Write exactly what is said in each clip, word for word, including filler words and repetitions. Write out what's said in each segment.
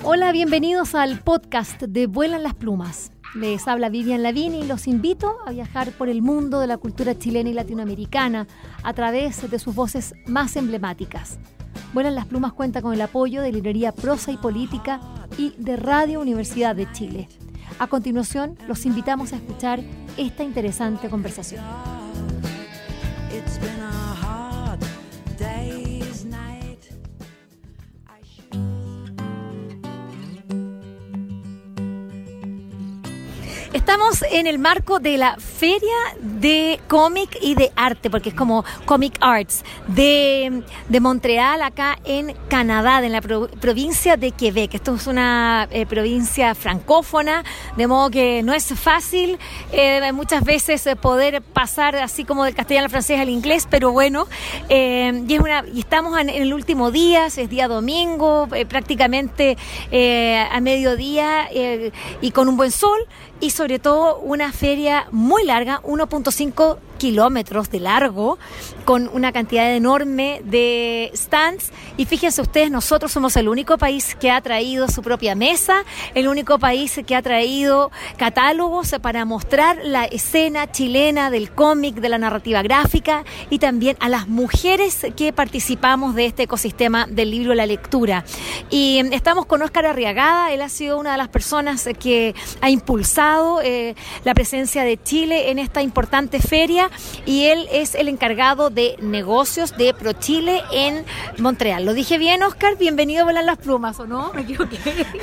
Hola, bienvenidos al podcast de Vuelan las Plumas. Les habla Vivian Lavín y los invito a viajar por el mundo de la cultura chilena y latinoamericana a través de sus voces más emblemáticas. Vuelan las Plumas cuenta con el apoyo de Librería Prosa y Política y de Radio Universidad de Chile. A continuación, los invitamos a escuchar esta interesante conversación. Estamos en el marco de la Feria de Cómic y de Arte, porque es como Comic Arts, de, de Montreal, acá en Canadá, en la pro, provincia de Quebec. Esto es una eh, provincia francófona, de modo que no es fácil eh, muchas veces poder pasar así como del castellano al francés al inglés, pero bueno, eh, y, es una, y estamos en, en el último día, es día domingo, eh, prácticamente eh, a mediodía eh, y con un buen sol. Y sobre todo una feria muy larga, uno punto cinco kilómetros de largo, con una cantidad enorme de stands. Y fíjense ustedes, nosotros somos el único país que ha traído su propia mesa, el único país que ha traído catálogos para mostrar la escena chilena del cómic, de la narrativa gráfica, y también a las mujeres que participamos de este ecosistema del libro y la lectura. Y estamos con Óscar Arriagada. Él ha sido una de las personas que ha impulsado eh, la presencia de Chile en esta importante feria, y él es el encargado de negocios de ProChile en Montreal. ¿Lo dije bien, Óscar? Bienvenido a Volar las Plumas, ¿o no? Me equivoqué.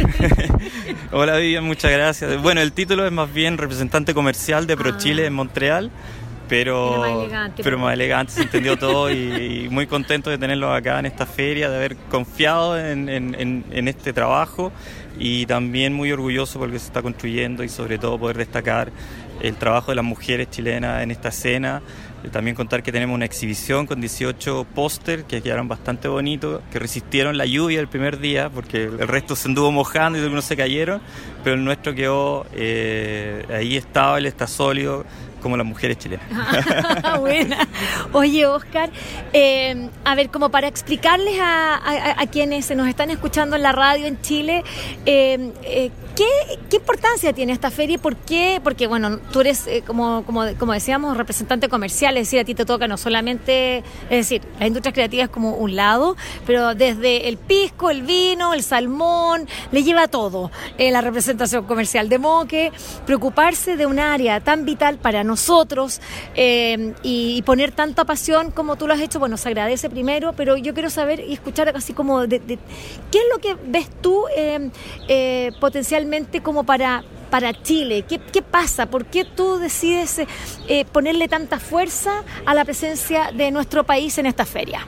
Hola, Vivian, muchas gracias. Bueno, el título es más bien representante comercial de ProChile ah. en Montreal, pero más elegante, pero más elegante, se entendió todo, y, y muy contento de tenerlos acá en esta feria, de haber confiado en, en, en, en este trabajo, y también muy orgulloso porque se está construyendo, y sobre todo poder destacar el trabajo de las mujeres chilenas en esta escena. También contar que tenemos una exhibición con dieciocho póster que quedaron bastante bonitos, que resistieron la lluvia el primer día, porque el resto se anduvo mojando y algunos se cayeron, pero el nuestro quedó eh, ahí estable, está sólido, como las mujeres chilenas. Buena. Oye, Óscar, eh, a ver, como para explicarles a, a, a quienes se nos están escuchando en la radio en Chile, eh, eh, ¿qué, ¿qué importancia tiene esta feria y por qué? Porque, bueno, tú eres, eh, como, como, como decíamos, representante comercial, es decir, a ti te toca no solamente, es decir, la industria creativa es como un lado, pero desde el pisco, el vino, el salmón, le lleva todo eh, la representación comercial, de modo que preocuparse de un área tan vital para nosotros, nosotros eh, y, y poner tanta pasión como tú lo has hecho, bueno, se agradece primero, pero yo quiero saber y escuchar así como de, de ¿qué es lo que ves tú eh, eh, potencialmente como para, para Chile? ¿Qué, ¿Qué pasa? ¿Por qué tú decides eh, ponerle tanta fuerza a la presencia de nuestro país en esta feria?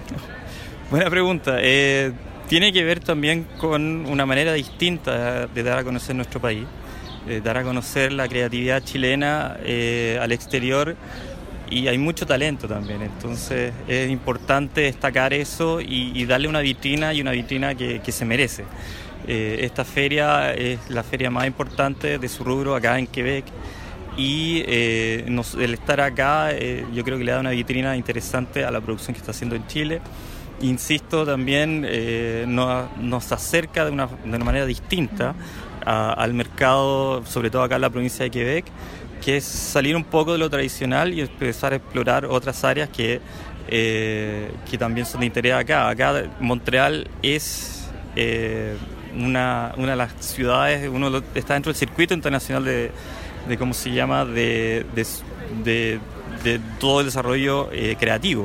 Buena pregunta. Eh, tiene que ver también con una manera distinta de dar a conocer nuestro país. Eh, dar a conocer la creatividad chilena eh, al exterior, y hay mucho talento también, entonces es importante destacar eso y, y darle una vitrina, y una vitrina que, que se merece. Eh, esta feria es la feria más importante de su rubro acá en Quebec, y eh, nos, el estar acá eh, yo creo que le da una vitrina interesante a la producción que está haciendo en Chile. Insisto, también eh, nos, nos acerca de una, de una manera distinta a, al mercado, sobre todo acá en la provincia de Quebec, que es salir un poco de lo tradicional y empezar a explorar otras áreas que, eh, que también son de interés acá. Acá Montreal es eh, una, una de las ciudades, uno está dentro del circuito internacional de, de ¿cómo se llama?, de, de, de, de todo el desarrollo eh, creativo.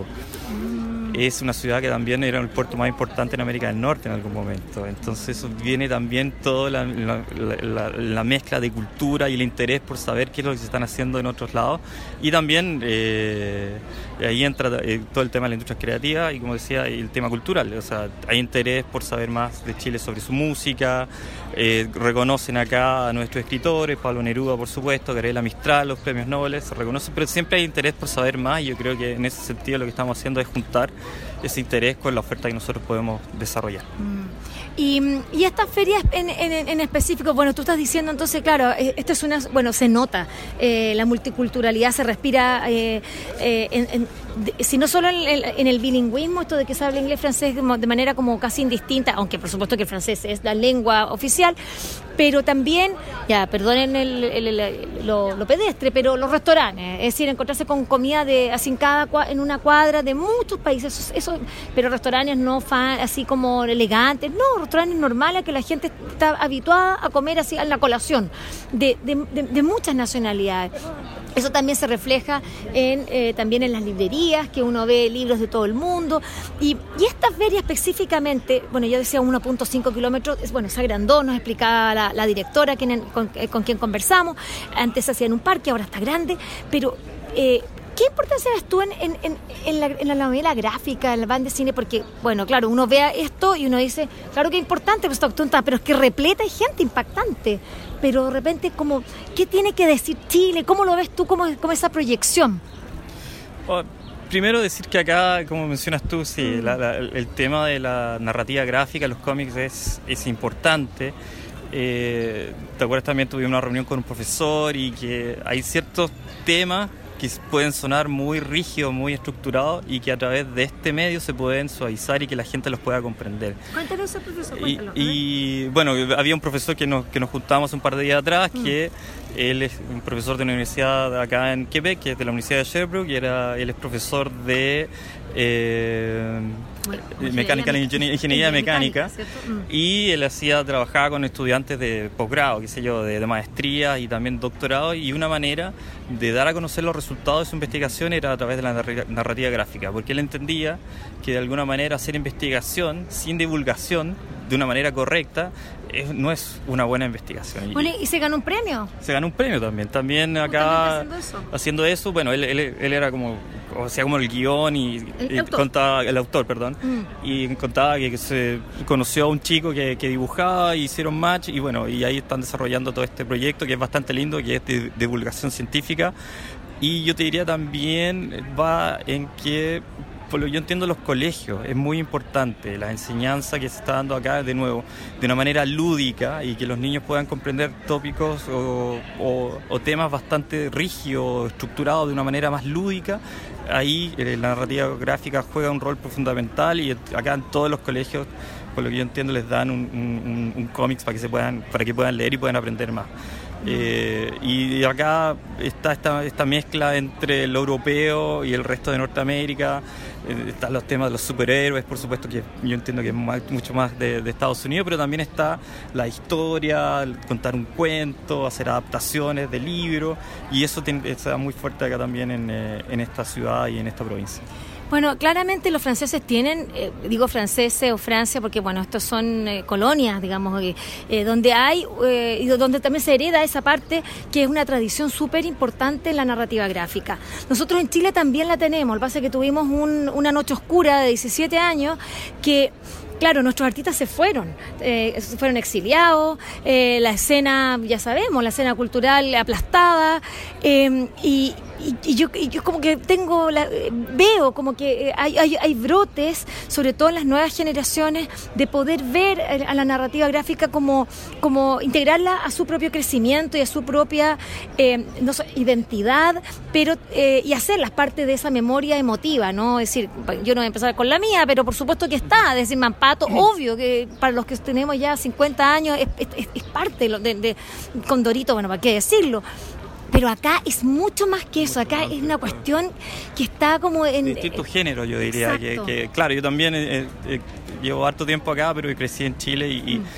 Es una ciudad que también era el puerto más importante en América del Norte en algún momento. Entonces viene también toda la, la, la, la mezcla de cultura y el interés por saber qué es lo que se están haciendo en otros lados. Y también eh, ahí entra eh, todo el tema de la industria creativa y, como decía, el tema cultural. O sea, hay interés por saber más de Chile sobre su música. Eh, reconocen acá a nuestros escritores, Pablo Neruda, por supuesto, Gabriela Mistral, los premios Nobel, se reconocen, pero siempre hay interés por saber más, y yo creo que en ese sentido lo que estamos haciendo es juntar ese interés con la oferta que nosotros podemos desarrollar. Mm. Y, y estas ferias en, en, en específico, bueno, tú estás diciendo entonces, claro, esto es una, bueno, se nota, eh, la multiculturalidad se respira eh, eh, en, en de, sino solo en el, en el bilingüismo, esto de que se habla inglés-francés de manera como casi indistinta, aunque por supuesto que el francés es la lengua oficial, pero también, ya, perdonen el, el, el, el, lo, lo pedestre, pero los restaurantes, es decir, encontrarse con comida de así en, cada, en una cuadra de muchos países, eso, eso, pero restaurantes no fan, así como elegantes, no, restaurantes normales que la gente está habituada a comer así a la colación, de, de, de, de muchas nacionalidades. Eso también se refleja en, eh, también en las librerías, que uno ve libros de todo el mundo. Y, y esta feria específicamente, bueno, yo decía uno punto cinco kilómetros, es, bueno, se agrandó, nos explicaba la, la directora quien, con, con quien conversamos. Antes se hacía en un parque, ahora está grande. Pero, eh, ¿qué importancia ves tú en, en, en, en, la, en la novela gráfica, en la banda de cine? Porque, bueno, claro, uno ve esto y uno dice, claro que es importante, pues, pero es que repleta hay gente impactante. Pero de repente, como, ¿qué tiene que decir Chile? ¿Cómo lo ves tú como, como esa proyección? Oh, primero decir que acá, como mencionas tú, sí, mm. la, la, el tema de la narrativa gráfica, los cómics es, es importante. Eh, ¿Te acuerdas? También tuve una reunión con un profesor y que hay ciertos temas que pueden sonar muy rígidos, muy estructurados y que a través de este medio se pueden suavizar y que la gente los pueda comprender. Cuéntanos ese profesor, y, y bueno, había un profesor que nos, que nos juntamos un par de días atrás, mm. que él es un profesor de una universidad acá en Quebec, que es de la Universidad de Sherbrooke, y era, él es profesor de eh, bueno, mecánica, ingeniería, ingeniería mecánica, mecánica y él hacía, trabajaba con estudiantes de posgrado, qué sé yo, de, de maestría y también doctorado, y una manera de dar a conocer los resultados de su investigación era a través de la narrativa gráfica, porque él entendía que de alguna manera hacer investigación sin divulgación de una manera correcta es, no es una buena investigación. Bueno, ¿y se ganó un premio? Se ganó un premio también, también acá haciendo eso. haciendo eso, bueno, él, él, él era como, o sea, como el guión y, el, y autor. contaba, el autor, perdón, mm. y contaba que, que se conoció a un chico que, que dibujaba y hicieron match, y bueno, y ahí están desarrollando todo este proyecto que es bastante lindo, que es de divulgación científica, y yo te diría también va en que, por lo que yo entiendo, los colegios es muy importante la enseñanza que se está dando acá, de nuevo, de una manera lúdica, y que los niños puedan comprender tópicos o, o, o temas bastante rígidos, estructurados de una manera más lúdica. Ahí eh, la narrativa gráfica juega un rol fundamental, y acá en todos los colegios, por lo que yo entiendo, les dan un, un, un cómics para que se puedan, para que puedan leer y puedan aprender más. Eh, y acá está esta, esta mezcla entre lo europeo y el resto de Norteamérica. Eh, están los temas de los superhéroes, por supuesto, que yo entiendo que es más, mucho más de, de Estados Unidos, pero también está la historia, contar un cuento, hacer adaptaciones de libros, y eso tiene, está muy fuerte acá también en, eh, en esta ciudad y en esta provincia. Bueno, claramente los franceses tienen, eh, digo franceses o Francia, porque bueno, estos son eh, colonias, digamos, eh, eh, donde hay, eh, y donde también se hereda esa parte que es una tradición súper importante en la narrativa gráfica. Nosotros en Chile también la tenemos, lo que pasa es que tuvimos un, una noche oscura de diecisiete años que... Claro, nuestros artistas se fueron, eh, se fueron exiliados, eh, la escena, ya sabemos, la escena cultural aplastada, eh, y, y, y, yo, y yo como que tengo, la, veo como que hay, hay, hay brotes, sobre todo en las nuevas generaciones, de poder ver a la narrativa gráfica como, como integrarla a su propio crecimiento y a su propia eh, no sé, identidad, pero eh, y hacerlas parte de esa memoria emotiva, ¿no? Es decir, yo no voy a empezar con la mía, pero por supuesto que está, es decir, Mampato, obvio que para los que tenemos ya cincuenta años es, es, es parte de, de Condorito, bueno, ¿para qué decirlo? Pero acá es mucho más que eso, acá es una cuestión que está como en... distintos géneros, yo diría, que, que claro, yo también eh, eh, llevo harto tiempo acá, pero crecí en Chile y... y mm.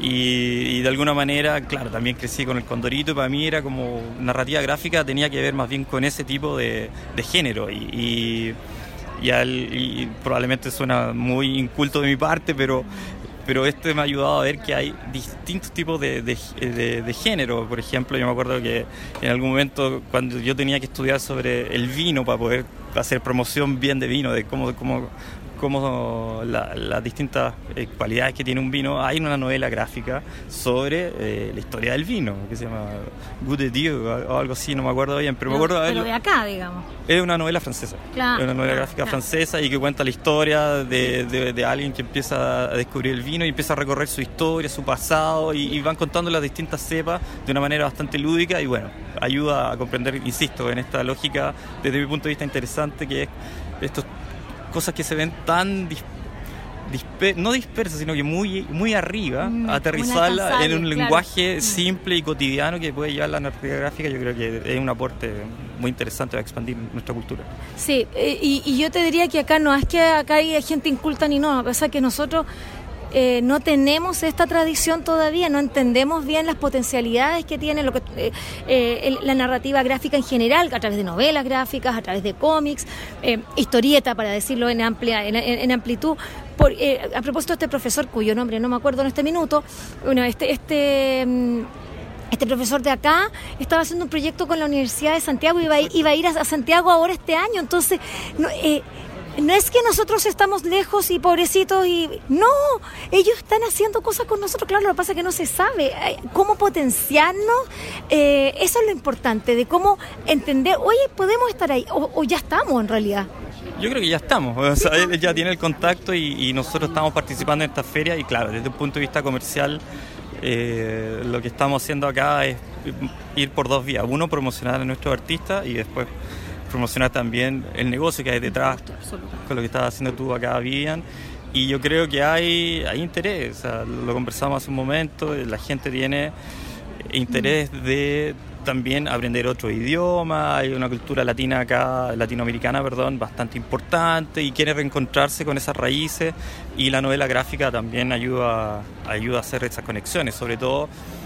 Y, y de alguna manera, claro, también crecí con el Condorito, y para mí era como narrativa gráfica, tenía que ver más bien con ese tipo de, de género, y, y, y, al, y probablemente suena muy inculto de mi parte, pero, pero esto me ha ayudado a ver que hay distintos tipos de, de, de, de género. Por ejemplo, yo me acuerdo que en algún momento, cuando yo tenía que estudiar sobre el vino para poder hacer promoción bien de vino, de cómo... cómo como las la distintas eh, cualidades que tiene un vino, hay una novela gráfica sobre eh, la historia del vino, que se llama Good de Dieu o algo así, no me acuerdo bien, pero, pero me acuerdo pero de acá, digamos. Es una novela francesa, claro, es una novela claro, gráfica claro. francesa, y que cuenta la historia de, de, de alguien que empieza a descubrir el vino y empieza a recorrer su historia, su pasado, y, y van contando las distintas cepas de una manera bastante lúdica, y bueno, ayuda a comprender, insisto, en esta lógica desde mi punto de vista interesante, que es estas cosas que se ven tan dis, disper, no dispersas, sino que muy, muy arriba, mm, aterrizarla en un claro. lenguaje simple y cotidiano que puede llevar la narrativa gráfica. Yo creo que es un aporte muy interesante para expandir nuestra cultura. Sí, y, y yo te diría que acá no es que acá hay gente inculta ni no, a pesar que nosotros Eh, no tenemos esta tradición todavía, no entendemos bien las potencialidades que tiene lo que, eh, eh, el, la narrativa gráfica en general, a través de novelas gráficas, a través de cómics, eh, historieta, para decirlo en amplia en, en, en amplitud. Por, eh, a propósito de este profesor, cuyo nombre no me acuerdo en este minuto, bueno, este... este Este profesor de acá estaba haciendo un proyecto con la Universidad de Santiago y iba, iba a ir a, a Santiago ahora este año, entonces... No, eh, No es que nosotros estamos lejos y pobrecitos y... No, ellos están haciendo cosas con nosotros. Claro, lo que pasa es que no se sabe cómo potenciarnos. Eh, eso es lo importante, de cómo entender, oye, podemos estar ahí, o, o ya estamos en realidad. Yo creo que ya estamos, o sea, él ya tiene el contacto y, y nosotros estamos participando en esta feria y claro, desde un punto de vista comercial, eh, lo que estamos haciendo acá es ir por dos vías. Uno, promocionar a nuestros artistas y después promocionar también el negocio que hay detrás, con lo que estás haciendo tú acá, Vivian. Y yo creo que hay, hay interés, o sea, lo conversamos hace un momento, la gente tiene interés de también aprender otro idioma, hay una cultura latina acá, latinoamericana, perdón, bastante importante y quiere reencontrarse con esas raíces y la novela gráfica también ayuda, ayuda a hacer esas conexiones, sobre todo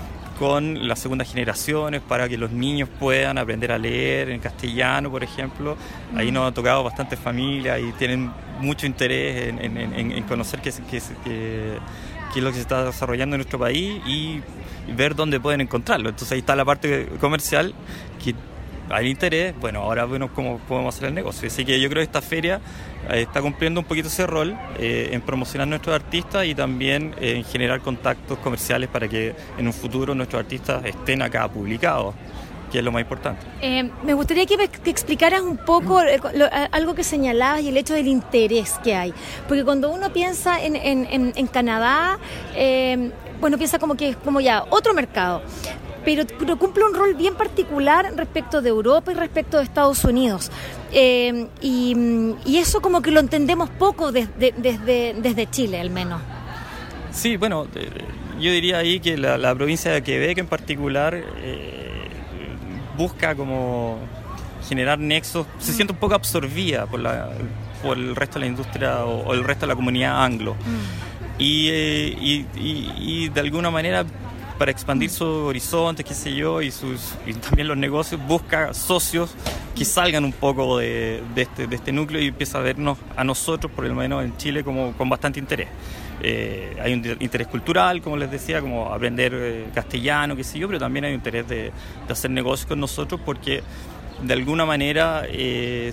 con las segundas generaciones, para que los niños puedan aprender a leer en castellano, por ejemplo. Ahí nos ha tocado bastantes familias y tienen mucho interés en, en, en, en conocer qué, qué, qué, qué es lo que se está desarrollando en nuestro país y, y ver dónde pueden encontrarlo. Entonces ahí está la parte comercial, que hay interés, bueno, ahora vemos cómo podemos hacer el negocio. Así que yo creo que esta feria eh, está cumpliendo un poquito ese rol eh, en promocionar nuestros artistas y también eh, en generar contactos comerciales para que en un futuro nuestros artistas estén acá publicados, que es lo más importante. Eh, me gustaría que, que explicaras un poco eh, lo, algo que señalabas y el hecho del interés que hay. Porque cuando uno piensa en, en, en, en Canadá, eh, bueno, piensa como que es como ya otro mercado. Pero, pero cumple un rol bien particular respecto de Europa y respecto de Estados Unidos. Eh, y, y eso como que lo entendemos poco desde, desde, desde Chile, al menos. Sí, bueno, eh, yo diría ahí que la, la provincia de Quebec en particular eh, busca como generar nexos, se mm. siente un poco absorbida por, la, por el resto de la industria o, o el resto de la comunidad anglo. Mm. Y, eh, y, y, y de alguna manera, para expandir sus horizontes, qué sé yo, y, sus, y también los negocios, busca socios que salgan un poco de, de, este, de este núcleo y empieza a vernos a nosotros, por lo menos en Chile, como con bastante interés. Eh, hay un interés cultural, como les decía, como aprender eh, castellano, qué sé yo, pero también hay un interés de, de hacer negocios con nosotros porque de alguna manera eh,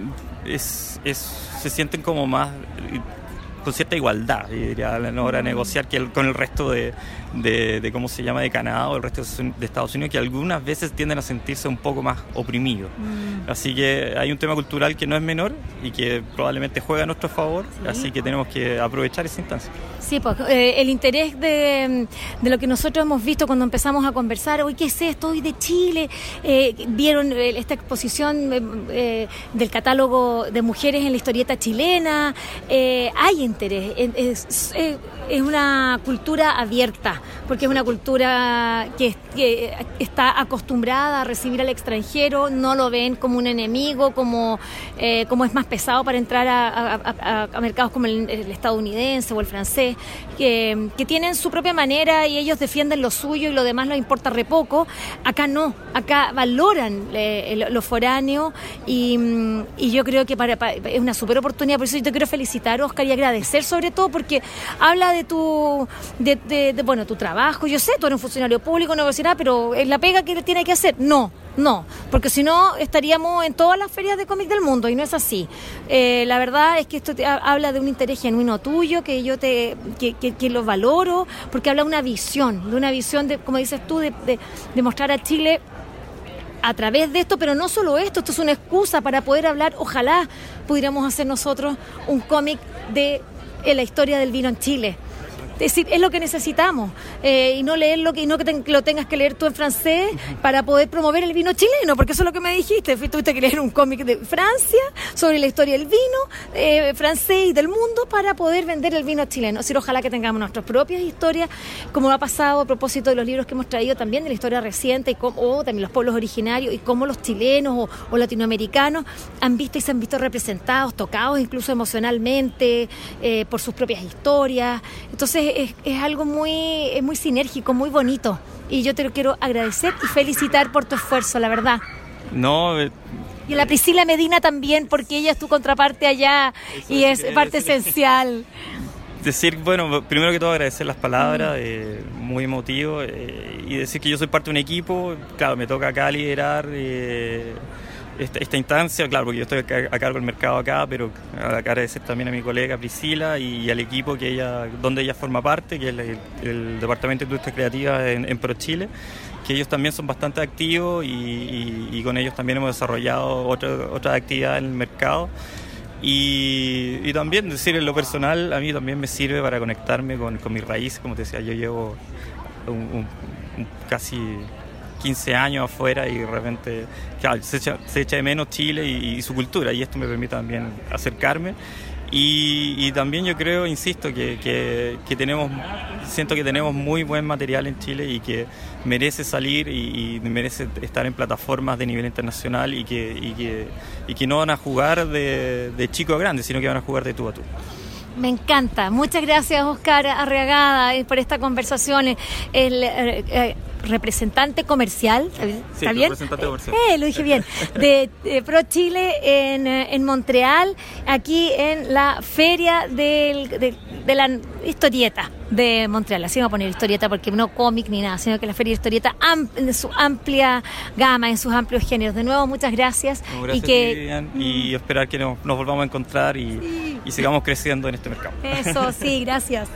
es, es, se sienten como más... con cierta igualdad, yo diría, a la hora de negociar que el, con el resto de, de, de, ¿cómo se llama?, de Canadá o el resto de Estados Unidos, que algunas veces tienden a sentirse un poco más oprimidos. Mm. Así que hay un tema cultural que no es menor y que probablemente juega a nuestro favor, sí. Así que tenemos que aprovechar esa instancia. Sí, pues eh, el interés de, de lo que nosotros hemos visto cuando empezamos a conversar, hoy, ¿qué es esto? Hoy de Chile, eh, vieron eh, esta exposición eh, del catálogo de mujeres en la historieta chilena, eh, hay interés, es, es, es una cultura abierta, porque es una cultura que, que está acostumbrada a recibir al extranjero, no lo ven como un enemigo, como, eh, como es más pesado para entrar a, a, a, a mercados como el, el estadounidense o el francés, que, que tienen su propia manera y ellos defienden lo suyo y lo demás les importa re poco. Acá no, acá valoran eh, lo foráneo y, y yo creo que para, para, es una súper oportunidad. Por eso yo te quiero felicitar, Oscar, y agradecer sobre todo porque habla de tu de, de, de bueno tu trabajo. Yo sé, tú eres un funcionario público, universidad, pero es la pega que tiene que hacer. No, no, porque si no estaríamos en todas las ferias de cómic del mundo y no es así. Eh, la verdad es que esto te habla de un interés genuino tuyo, que yo te que, que, que lo valoro, porque habla de una visión, de una visión de, como dices tú, de, de, de mostrar a Chile a través de esto, pero no solo esto, esto es una excusa para poder hablar, ojalá pudiéramos hacer nosotros un cómic de, de la historia del vino en Chile. Es decir, es lo que necesitamos, eh, y no leer lo que, y no que te, lo tengas que leer tú en francés para poder promover el vino chileno, porque eso es lo que me dijiste, tuviste que leer un cómic de Francia sobre la historia del vino eh, francés y del mundo para poder vender el vino chileno. Es decir, ojalá que tengamos nuestras propias historias, como ha pasado a propósito de los libros que hemos traído también de la historia reciente, y cómo, o también los pueblos originarios, y cómo los chilenos o, o latinoamericanos han visto y se han visto representados, tocados incluso emocionalmente eh, por sus propias historias. Entonces es, es algo muy, es muy sinérgico, muy bonito, y yo te lo quiero agradecer y felicitar por tu esfuerzo, la verdad. No, eh, y a la Priscila Medina también, porque ella es tu contraparte allá y es parte decir. esencial. Decir, bueno, primero que todo agradecer las palabras, eh, muy emotivo, eh, y decir que yo soy parte de un equipo. Claro, me toca acá liderar eh, esta, esta instancia, claro, porque yo estoy a, a cargo del mercado acá, pero agradecer también a mi colega Priscila y, y al equipo que ella, donde ella forma parte, que es el, el Departamento de Industria Creativa en, en ProChile, que ellos también son bastante activos y, y, y con ellos también hemos desarrollado otra, otra actividad en el mercado. Y, y también decir, en lo personal, a mí también me sirve para conectarme con, con mis raíces. Como te decía, yo llevo un, un, un casi quince años afuera y de repente, claro, se echa, se echa de menos Chile y, y su cultura, y esto me permite también acercarme. Y, y también yo creo, insisto, que, que, que tenemos, siento que tenemos muy buen material en Chile y que merece salir y, y merece estar en plataformas de nivel internacional, y que, y que, y que no van a jugar de, de chico a grande, sino que van a jugar de tú a tú. Me encanta. Muchas gracias, Óscar Arriagada, por esta conversación. El eh, eh, representante comercial, ¿está bien? Sí, representante comercial. Eh, lo dije bien. De, de ProChile en, en Montreal, aquí en la feria del, de, de la historieta de Montreal. Así vamos a poner historieta porque no cómic ni nada, sino que la feria de historieta am, en su amplia gama, en sus amplios géneros. De nuevo, muchas gracias. No, gracias y que Vivian, y esperar que nos, nos volvamos a encontrar y, sí. y sigamos creciendo en este mercado. Eso, sí, gracias.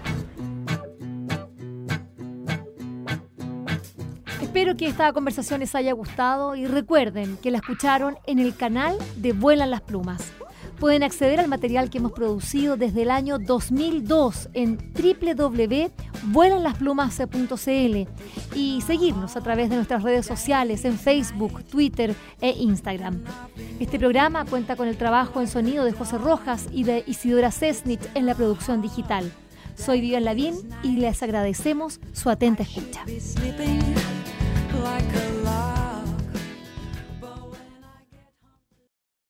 Espero que esta conversación les haya gustado y recuerden que la escucharon en el canal de Vuelan las Plumas. Pueden acceder al material que hemos producido desde el año dos mil dos en doble u doble u doble u punto vuelan las plumas punto c l y seguirnos a través de nuestras redes sociales en Facebook, Twitter e Instagram. Este programa cuenta con el trabajo en sonido de José Rojas y de Isidora Cesnich en la producción digital. Soy Vivian Lavín y les agradecemos su atenta escucha. Like a